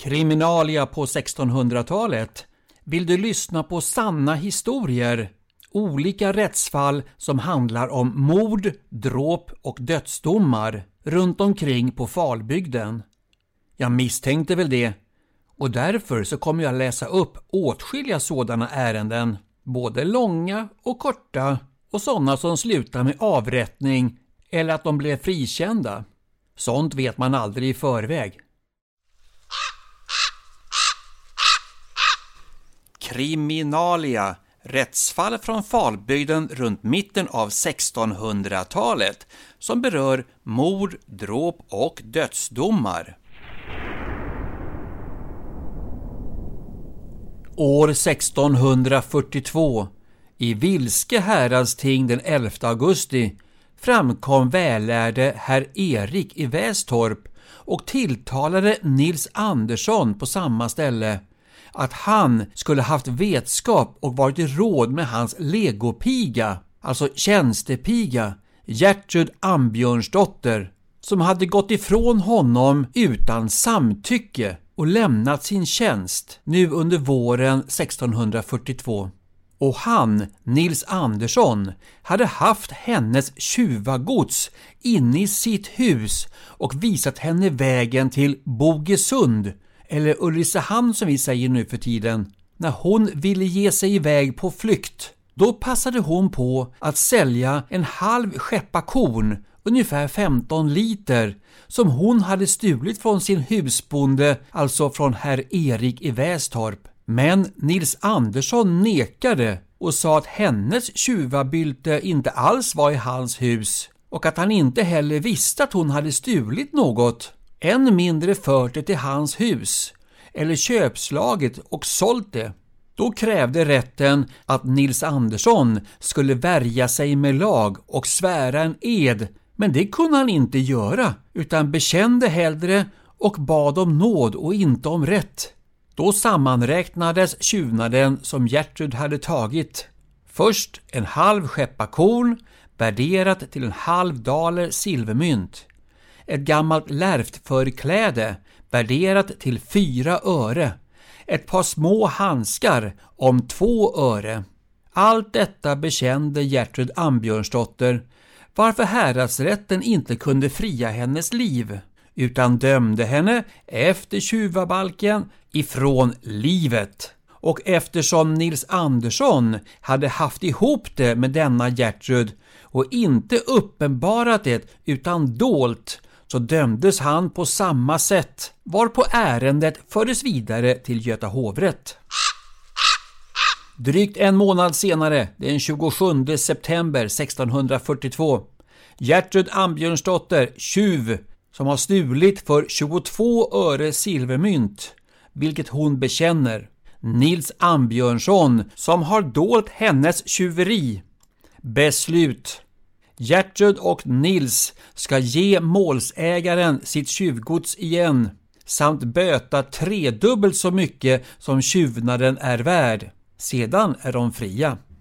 Kriminalia på 1600-talet. Vill du lyssna på sanna historier? Olika rättsfall som handlar om mord, dråp och dödsdomar runt omkring på Falbygden. Jag misstänkte väl det, och därför så kommer jag läsa upp åtskilliga sådana ärenden, både långa och korta, och sådana som slutar med avrättning eller att de blev frikända. Sånt vet man aldrig i förväg. Kriminalia, rättsfall från Falbygden runt mitten av 1600-talet som berör mord, dråp och dödsdomar. År 1642, i Vilske häradsting den 11 augusti, framkom vällärde herr Erik i Västorp och tilltalade Nils Andersson på samma ställe att han skulle haft vetskap och varit i råd med hans legopiga, alltså tjänstepiga, Gertrud Ambjörnsdotter, som hade gått ifrån honom utan samtycke och lämnat sin tjänst nu under våren 1642. Och han, Nils Andersson, hade haft hennes tjuvagods inne i sitt hus och visat henne vägen till Bogesund, eller Ulricehamn som vi säger nu för tiden, när hon ville ge sig iväg på flykt. Då passade hon på att sälja en halv skeppa korn, ungefär 15 liter, som hon hade stulit från sin husbonde, alltså från herr Erik i Västorp. Men Nils Andersson nekade och sa att hennes tjuvabylte inte alls var i hans hus och att han inte heller visste att hon hade stulit något, än mindre fört det till hans hus eller köpslaget och sålt det. Då krävde rätten att Nils Andersson skulle värja sig med lag och svära en ed, men det kunde han inte göra utan bekände hellre och bad om nåd och inte om rätt. Då sammanräknades tjuvnaden som Gertrud hade tagit. Först en halv skeppa korn, värderat till en halv daler silvermynt. Ett gammalt lärftförkläde, värderat till 4 öre. Ett par små handskar om 2 öre. Allt detta bekände Gertrud Ambjörnsdotter, varför häradsrätten inte kunde fria hennes liv, utan dömde henne efter tjuvabalken ifrån livet. Och eftersom Nils Andersson hade haft ihop det med denna Gertrud och inte uppenbarat det utan dolt, så dömdes han på samma sätt, varpå ärendet fördes vidare till Göta hovrätt. Drygt en månad senare, den 27 september 1642, Gertrud Ambjörnsdotter, tjuv, som har stulit för 22 öre silvermynt, vilket hon bekänner. Nils Ambjörnsson, som har dolt hennes tjuveri. Beslut. Gertrud och Nils ska ge målsägaren sitt tjuvgods igen samt böta 3-dubbelt så mycket som tjuvnaden är värd. Sedan är de fria.